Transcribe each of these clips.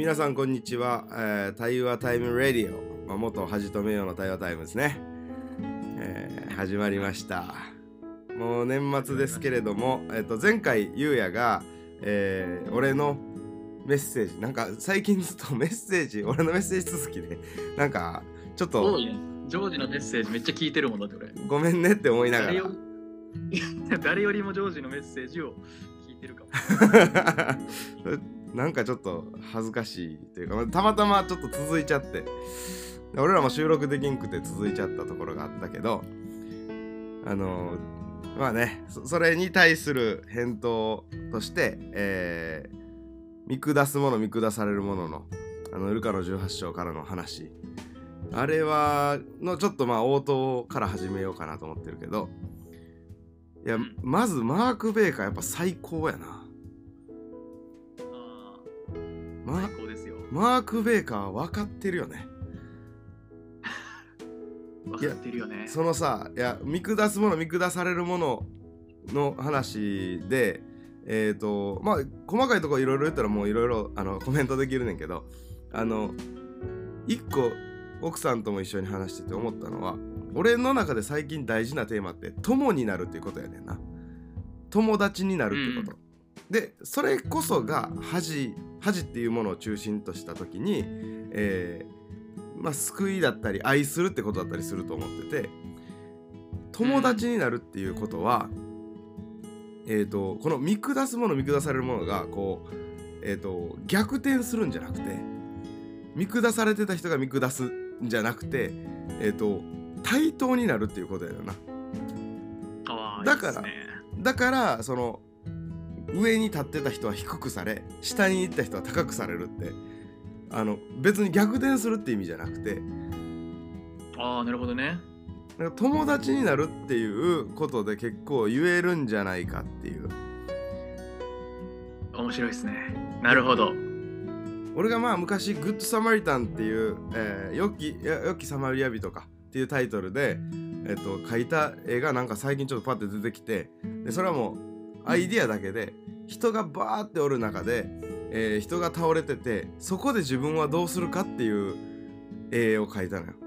皆さんこんにちは、対話タイムレディオ、元恥と名誉の対話タイムですね、始まりました。もう年末ですけれども、前回ゆうやが、俺のメッセージ、なんか最近ずっとメッセージ、俺のメッセージ続きでなんかちょっと多いね。ジョージのメッセージめっちゃ聞いてるもんだって俺。 ごめんねって思いながら誰よりもジョージのメッセージを聞いてるかも。 なんかちょっと恥ずかしいというか、たまたまちょっと続いちゃって、俺らも収録できんくて続いちゃったところがあったけど、まあね、それに対する返答として、見下すもの見下されるもののルカの18章からの話、あれはのちょっと応答から始めようかなと思ってるけど、いや、まずマーク・ベーカーやっぱ最高やな。 最高ですよ。 マーク・ベーカー分かってるよね。 分かってるよね。 そのさ、いや、見下すもの見下されるものの話で、細かいところいろいろ言ったらもういろいろコメントできるねんけど、一個奥さんとも一緒に話してて思ったのは、俺の中で最近大事なテーマって友になるっていうことやねんな。友達になるってこと、でそれこそが恥っていうものを中心とした時に、救いだったり愛するってことだったりすると思ってて、友達になるっていうことは、この見下すもの見下されるものがこう、逆転するんじゃなくて、見下されてた人が見下すんじゃなくて、対等になるっていうことやよな。だからその上に立ってた人は低くされ、下に行った人は高くされるって、別に逆転するって意味じゃなくて、 なるほどね。 なんか友達になるっていうことで結構言えるんじゃないかっていう。 面白いですね。なるほど。 俺が昔グッドサマリタンっていう、良きサマリア人かっていうタイトルで、描いた絵がなんか最近ちょっとパッて出てきて、でそれはもうアイディアだけで、人がバーっておる中で、人が倒れてて、そこで自分はどうするかっていう絵を描いたのよ。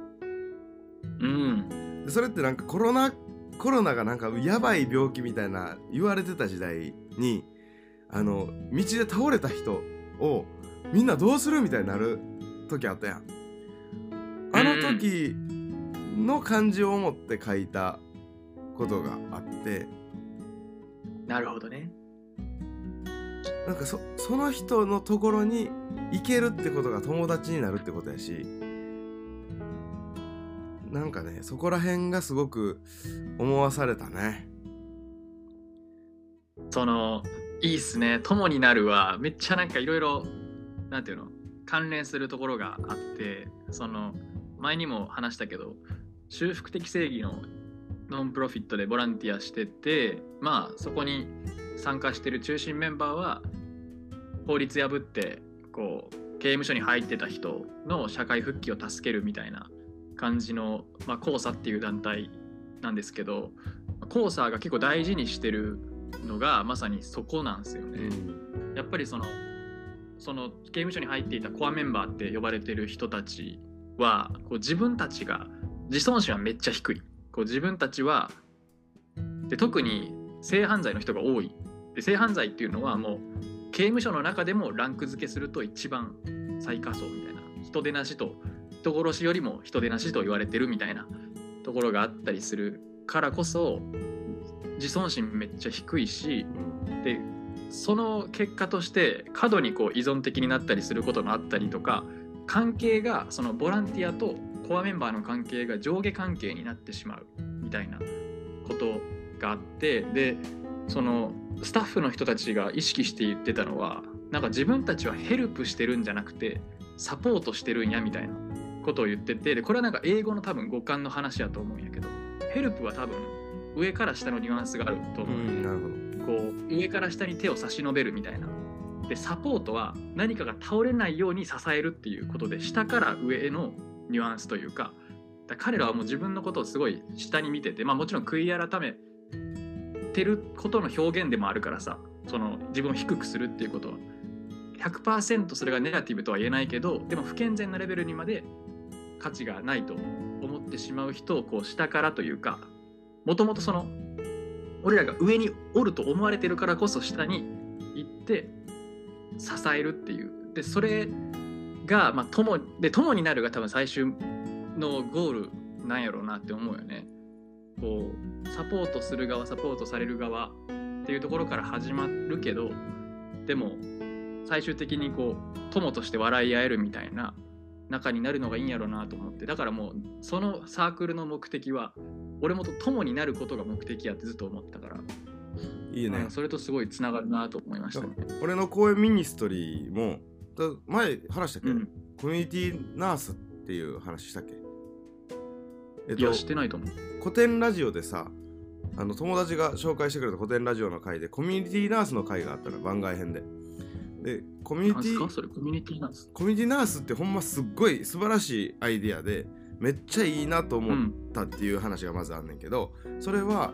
でそれってなんかコロナがなんかやばい病気みたいな言われてた時代に、道で倒れた人をみんなどうするみたいになる時あったやん。あの時の感じを思って書いたことがあって、 なるほどね。 なんかその人のところに行けるってことが友達になるってことやし、なんかね、そこら辺がすごく思わされたね。 いいっすね。友になるはめっちゃなんかいろいろなんていうの関連するところがあって、前にも話したけど、修復的正義のノンプロフィットでボランティアしてて、そこに参加してる中心メンバーは法律破ってこう刑務所に入ってた人の社会復帰を助けるみたいな感じの、コーサっていう団体なんですけど、コーサが結構大事にしてるのがまさにそこなんですよね。やっぱりその刑務所に入っていたコアメンバーって呼ばれてる人たちはこう自分たちが自尊心はめっちゃ低い。こう自分たちはで、特に性犯罪の人が多い。で性犯罪っていうのはもう刑務所の中でもランク付けすると一番最下層みたいな、人手なしと人殺しよりも人手なしと言われてるみたいなところがあったりするからこそ、自尊心めっちゃ低いし、でその結果として過度にこう依存的になったりすることがあったりとか、関係がそのボランティアとコアメンバーの関係が上下関係になってしまうみたいなことがあって、でそのスタッフの人たちが意識して言ってたのは、なんか自分たちはヘルプしてるんじゃなくてサポートしてるんやみたいなことを言ってて、でこれはなんか英語の多分語感の話やと思うんやけど、ヘルプは多分上から下のニュアンスがあると思う。 なるほど。 こう上から下に手を差し伸べるみたいな。でサポートは何かが倒れないように支えるっていうことで、下から上へのニュアンスというか、彼らはもう自分のことをすごい下に見てて、もちろん悔い改めてることの表現でもあるからさ、その自分を低くするっていうことは 100% それがネガティブとは言えないけど、でも不健全なレベルにまで価値がないと思ってしまう人をこう下からというか、もともとその俺らが上におると思われてるからこそ下に行って支えるっていう。でそれがまあ友になるが多分最終のゴールなんやろうなって思うよね。こうサポートする側サポートされる側っていうところから始まるけど、でも最終的にこう友として笑い合えるみたいな仲になるのがいいんやろうなと思って、だからもうそのサークルの目的は俺もと友になることが目的やってずっと思ったから、 いいね、 それとすごいつながるなと思いましたね。 俺の公演ミニストリーも前話したっけ、コミュニティナースっていう話したっけ。 いやしてないと思う。 古典ラジオでさ、友達が紹介してくれた古典ラジオの回でコミュニティナースの回があったの、番外編で。でコミュニティそれコミュニティナース。 コミュニティナースってほんますっごい素晴らしいアイディアでめっちゃいいなと思ったっていう話がまずあんねんけど、それは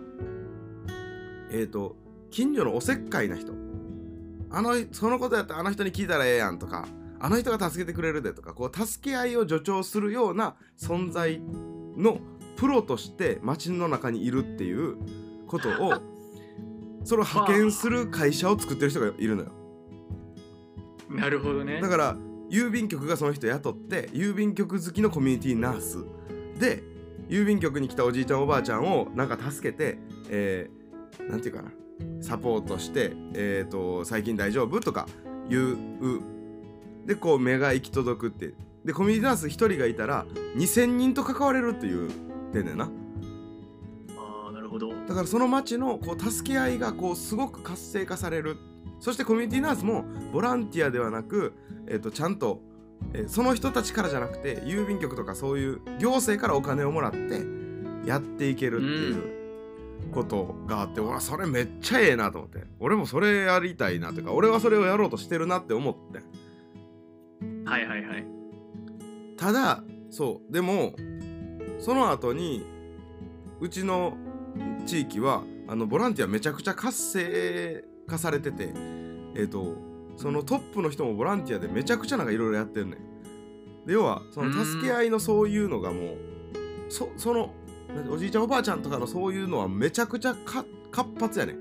近所のおせっかいな人、そのことやったらあの人に聞いたらええやんとか、あの人が助けてくれるでとか、こう助け合いを助長するような存在のプロとして街の中にいるっていうことをそれを派遣する会社を作ってる人がいるのよ。 なるほどね。 だから郵便局がその人雇って、郵便局好きのコミュニティナースで郵便局に来たおじいちゃんおばあちゃんをなんか助けて、なんていうかな、サポートして、最近大丈夫とか言うで、こう目が行き届くって。でコミュニティナース1人がいたら2000人と関われるっていう点だよな。 ああ、なるほど。 だからその町のこう助け合いがこうすごく活性化される。そしてコミュニティナースもボランティアではなく、ちゃんと、その人たちからじゃなくて郵便局とかそういう行政からお金をもらってやっていけるっていうことがあって、俺はそれめっちゃええなと思って、俺もそれやりたいなというか、俺はそれをやろうとしてるなって思って。 はいはいはい。 ただそうでもその後にうちの地域はボランティアめちゃくちゃ活性化されてて、そのトップの人もボランティアでめちゃくちゃなんかいろいろやってるねん。で要はその助け合いのそういうのがもうそのおじいちゃんおばあちゃんとかのそういうのはめちゃくちゃ活発やねん。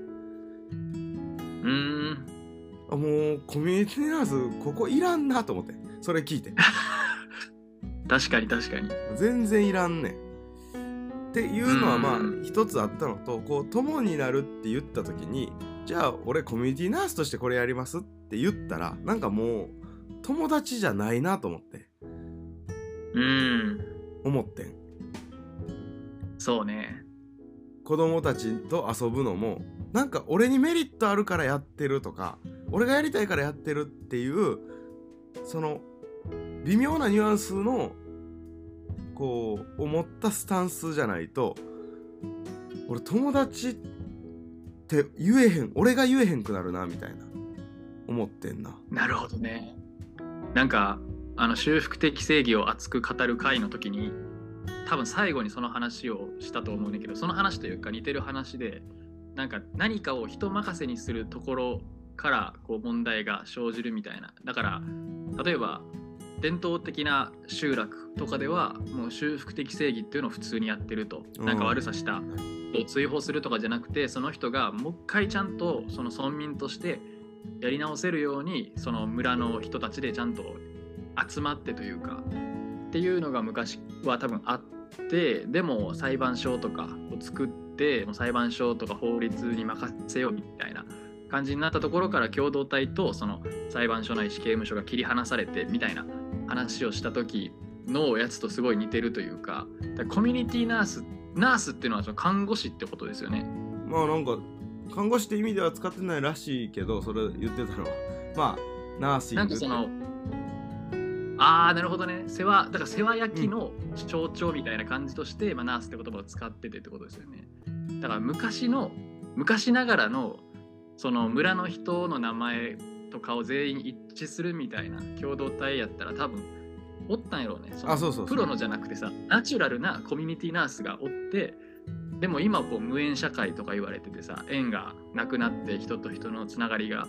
もうコミュニティナースここいらんなと思って、それ聞いて確かに確かに全然いらんねんっていうのはまあ一つあったのと、こう友になるって言った時に、じゃあ俺コミュニティナースとしてこれやりますって言ったらなんかもう友達じゃないなと思って思ってん。 そうね。 子供たちと遊ぶのもなんか俺にメリットあるからやってるとか、俺がやりたいからやってるっていうその微妙なニュアンスのこう思ったスタンスじゃないと、俺友達って言えへん、俺が言えへんくなるなみたいな思ってんな。 なるほどね。なんか修復的正義を熱く語る回の時に多分最後にその話をしたと思うんだけど、その話というか似てる話で、なんか何かを人任せにするところからこう問題が生じるみたいな。だから例えば伝統的な集落とかではもう修復的正義っていうのを普通にやってると、なんか悪さした追放するとかじゃなくて、その人がもう一回ちゃんとその村民としてやり直せるようにその村の人たちでちゃんと集まってというかっていうのが昔は多分あって、でも裁判所とかを作ってもう裁判所とか法律に任せようみたいな感じになったところから共同体とその裁判所ないし刑務所が切り離されてみたいな話をした時のやつとすごい似てるというか、コミュニティナースっていうのはその看護師ってことですよね。 まあなんか看護師って意味では使ってないらしいけど、それ言ってたのはまあナーシングなんかそのなるほどね。だから世話焼きの象徴みたいな感じとして、ナースって言葉を使っててってことですよね。だから昔ながらのその村の人の名前と顔全員一致するみたいな共同体やったら多分おったんやろうね。 そうプロのじゃなくてさ、ナチュラルなコミュニティナースがおって、でも今こう無縁社会とか言われててさ、縁がなくなって人と人のつながりが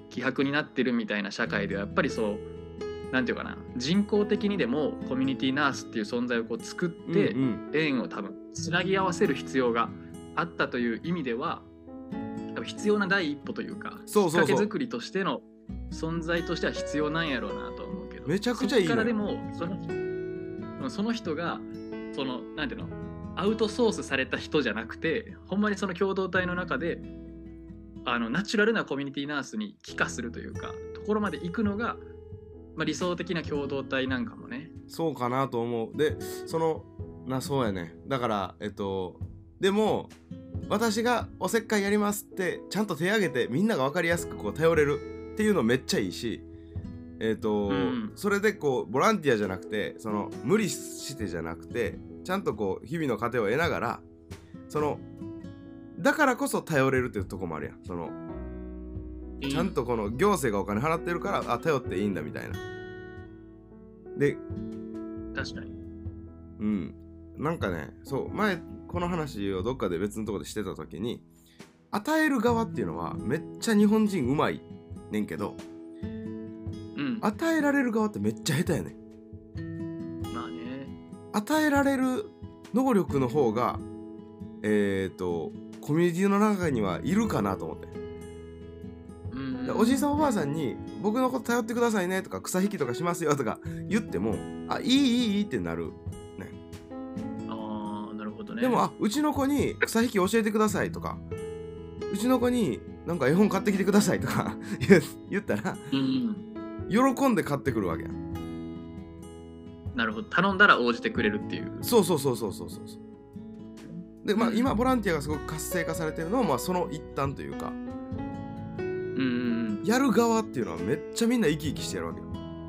希薄になってるみたいな社会ではやっぱりそうなんていうかな、人工的にでもコミュニティナースっていう存在をこう作って縁を多分つなぎ合わせる必要があったという意味では多分必要な第一歩というか、きっかけ作りとしての存在としては必要なんやろうなと思うけど、 めちゃくちゃいいのよ。 そっからでもその人がそのなんていうのアウトソースされた人じゃなくて、ほんまにその共同体の中でナチュラルなコミュニティナースに帰化するというかところまで行くのが、まあ、理想的な共同体なんかもね。 そうかなと思う。でそうやね。だからでも私がおせっかいやりますってちゃんと手挙げてみんなが分かりやすくこう頼れるっていうのめっちゃいいし、それでこうボランティアじゃなくて無理してじゃなくてちゃんとこう日々の糧を得ながらだからこそ頼れるっていうとこもあるやん。ちゃんとこの行政がお金払ってるから頼っていいんだみたいな。で確かになんかね、そう前この話をどっかで別のとこでしてた時に、与える側っていうのはめっちゃ日本人うまいねんけど、与えられる側ってめっちゃ下手やねん。 まあね、 与えられる能力の方がコミュニティの中にはいるかなと思って、おじいさんおばあさんに僕のこと頼ってくださいねとか草引きとかしますよとか言ってもいいってなるね。 なるほどね。 でもうちの子に草引き教えてくださいとか、うちの子になんか絵本買ってきてくださいとか言ったら、喜んで買ってくるわけやん。 なるほど、頼んだら応じてくれるっていう。 そうで今ボランティアがすごく活性化されてるのはその一端というか、やる側っていうのはめっちゃみんな生き生きしてるわけよ。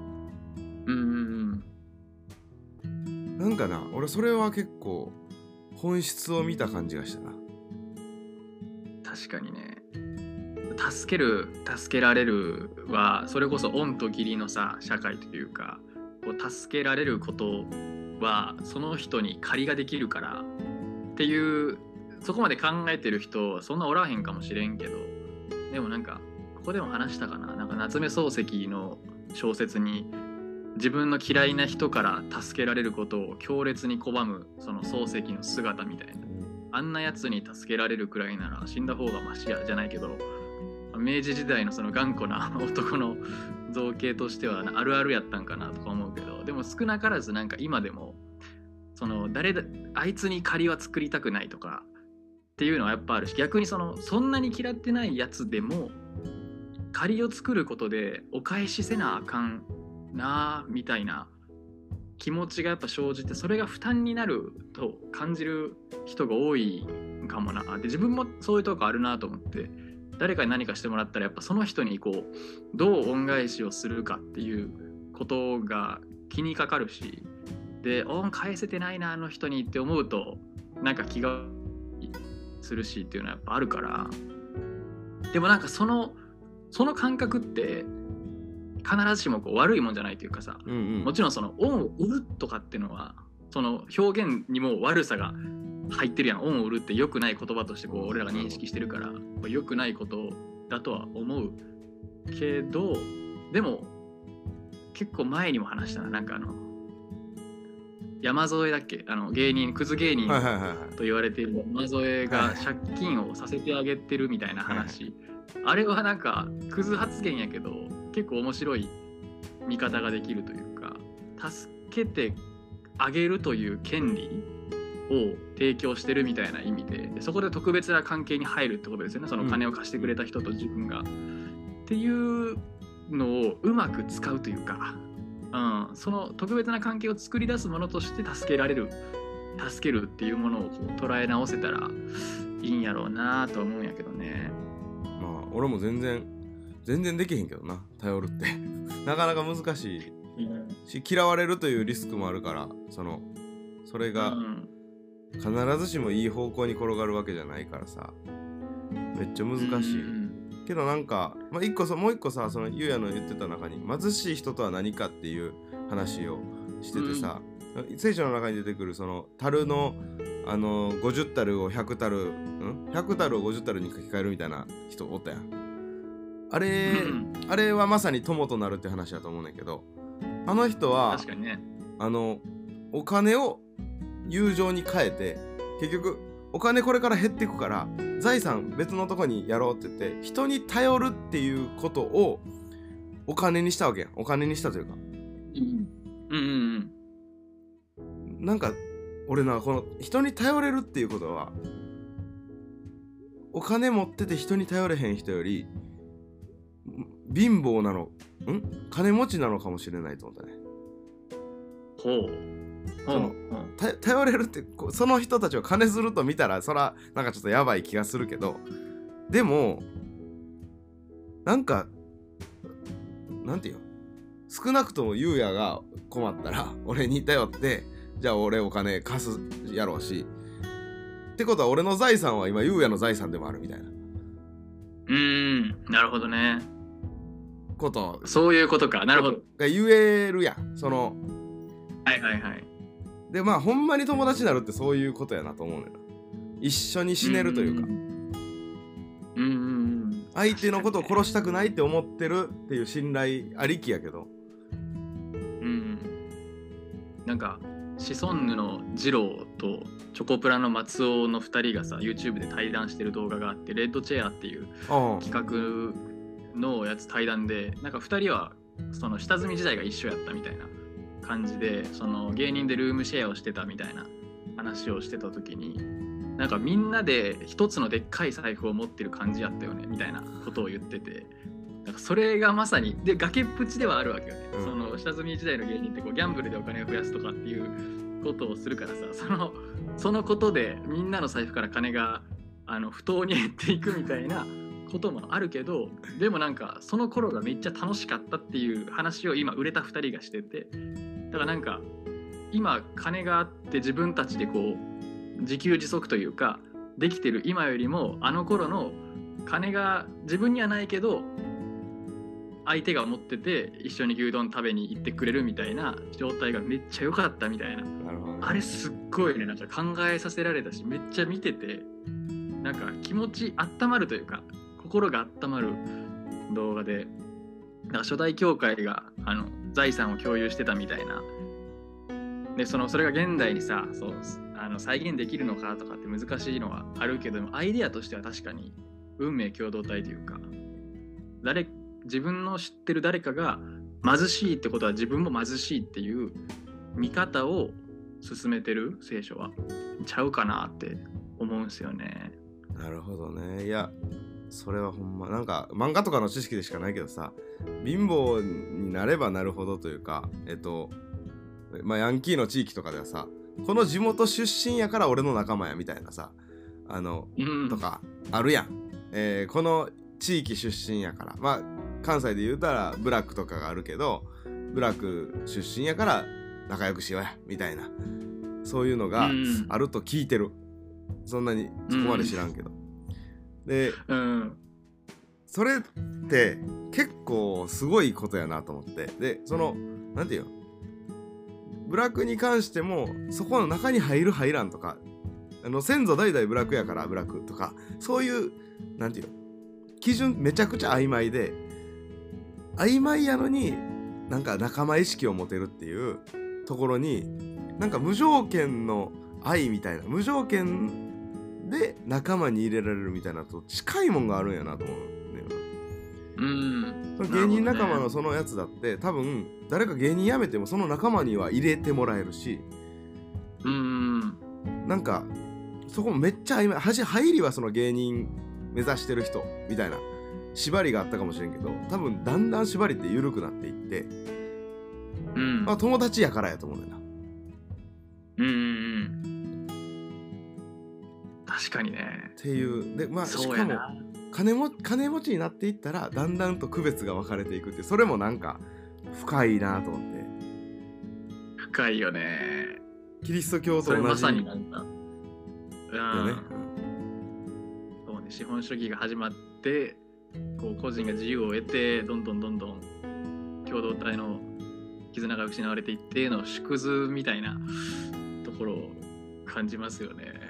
なんかな、俺それは結構本質を見た感じがしたな。 確かにね、助けられるはそれこそ恩と義理のさ社会というか、こう助けられることはその人に借りができるからっていう、そこまで考えてる人はそんなおらへんかもしれんけど、でもなんかここでも話したかな、なんか夏目漱石の小説に自分の嫌いな人から助けられることを強烈に拒むその漱石の姿みたいな、あんなやつに助けられるくらいなら死んだ方がマシやじゃないけど、明治時代のその頑固な男の造形としてはあるあるやったんかなとか思うけど、でも少なからずなんか今でもあいつに借りは作りたくないとかっていうのはやっぱあるし、逆にそんなに嫌ってないやつでも借りを作ることでお返しせなあかんなみたいな気持ちがやっぱ生じて、それが負担になると感じる人が多いかもな。で自分もそういうとこあるなと思って、誰かに何かしてもらったらやっぱその人にこうどう恩返しをするかっていうことが気にかかるし、で恩返せてないなあの人にって思うとなんか気がするしっていうのはやっぱあるから、でもなんかその感覚って必ずしもこう悪いもんじゃないというかさ、もちろん恩を売るとかっていうのはその表現にも悪さが入ってるやん。恩を売るって良くない言葉としてこう俺らが認識してるから良くないことだとは思うけど、でも結構前にも話したな、なんか山添だっけ、芸人クズ芸人と言われている山添が借金をさせてあげてるみたいな話、あれはなんかクズ発言やけど結構面白い見方ができるというか、助けてあげるという権利を提供してるみたいな意味で、そこで特別な関係に入るってことですよね。その金を貸してくれた人と自分が、っていうのをうまく使うというか、その特別な関係を作り出すものとして助けるっていうものをこう捉え直せたらいいんやろうなと思うんやけどね。 俺も全然できへんけどな、頼るってなかなか難しいし、嫌われるというリスクもあるから、それが必ずしもいい方向に転がるわけじゃないからさ、めっちゃ難しいけど、なんか、もう一個さ、ゆうやの言ってた中に貧しい人とは何かっていう話をしててさ、聖書の中に出てくる樽の50樽を100樽を50樽に書き換えるみたいな人おったやん。 あれ、あれはまさに友となるって話だと思うねんけど、あの人は確かにね。 お金を友情に変えて、結局お金これから減っていくから財産別のとこにやろうって言って、人に頼るっていうことをお金にしたわけやん。お金にしたというか、なんか俺な、この人に頼れるっていうことは、お金持ってて人に頼れへん人より貧乏なの、金持ちなのかもしれないと思ったね。 ほう。 頼れるって、その人たちを金すると見たらそらなんかちょっとやばい気がするけど、でもなんかなんていうの、少なくともゆうやが困ったら俺に頼って、じゃあ俺お金貸すやろうし、ってことは俺の財産は今ゆうやの財産でもあるみたいな。 なるほどね。 そういうことか。なるほど。 が言えるやん。 はいはいはい。 でまあほんまに友達になるってそういうことやなと思うねんな。一緒に死ねるというか、相手のことを殺したくないって思ってるっていう信頼ありきやけど、 なんかシソンヌのジローとチョコプラの松尾の2人がさ YouTube で対談してる動画があって、レッドチェアっていう企画のやつ対談で、なんか2人はその下積み時代が一緒やったみたいな感じで、その芸人でルームシェアをしてたみたいな話をしてた時に、なんかみんなで一つのでっかい財布を持ってる感じやったよねみたいなことを言ってて、なんかそれがまさにで崖っぷちではあるわけよね、その下積み時代の芸人ってこうギャンブルでお金を増やすとかっていうことをするからさ、そのことでみんなの財布から金が不当に減っていくみたいなこともあるけど、でもなんかその頃がめっちゃ楽しかったっていう話を今売れた2人がしてて、だからなんか今金があって自分たちでこう自給自足というかできてる今よりも、あの頃の金が自分にはないけど相手が持ってて一緒に牛丼食べに行ってくれるみたいな状態がめっちゃ良かったみたいな。 なるほどね。 あれすっごいね、なんか考えさせられたし、めっちゃ見ててなんか気持ち温まるというか心が温まる動画で、なんか初代教会が財産を共有してたみたいな。でそれが現代にさ再現できるのかとかって難しいのはあるけども、アイデアとしては確かに運命共同体というか、自分の知ってる誰かが貧しいってことは自分も貧しいっていう見方を進めてる聖書はちゃうかなって思うんすよね。 なるほどね。いやそれはほんまなんか漫画とかの知識でしかないけどさ、貧乏になればなるほどというか、まあヤンキーの地域とかではさ、この地元出身やから俺の仲間やみたいなさ、とかあるやん。この地域出身やから、まあ関西で言うたらブラックとかがあるけど、ブラック出身やから仲良くしようやみたいな、そういうのがあると聞いてる。そんなにそこまで知らんけど、で、それって結構すごいことやなと思って、でなんていうの、ブラックに関してもそこの中に入る入らんとか、先祖代々ブラックやからブラックとか、そういうなんていうの基準めちゃくちゃ曖昧で、曖昧やのになんか仲間意識を持てるっていうところに、なんか無条件の愛みたいな、無条件で仲間に入れられるみたいなと近いもんがあるんやなと思うね。芸人仲間のそのやつだって、多分誰か芸人辞めてもその仲間には入れてもらえるし、なんかそこもめっちゃ曖昧。入りはその芸人目指してる人みたいな縛りがあったかもしれんけど、多分だんだん縛りって緩くなっていって、まあ友達やからやと思うんだよな。 確かにね。 っていうで、まあしかも金持ちになっていったらだんだんと区別が分かれていくって、それもなんか深いなと思って。 深いよね。 キリスト教と同じ。 それまさになんか、そうね、資本主義が始まって、こう個人が自由を得て、どんどん共同体の絆が失われていっての縮図みたいなところを感じますよね。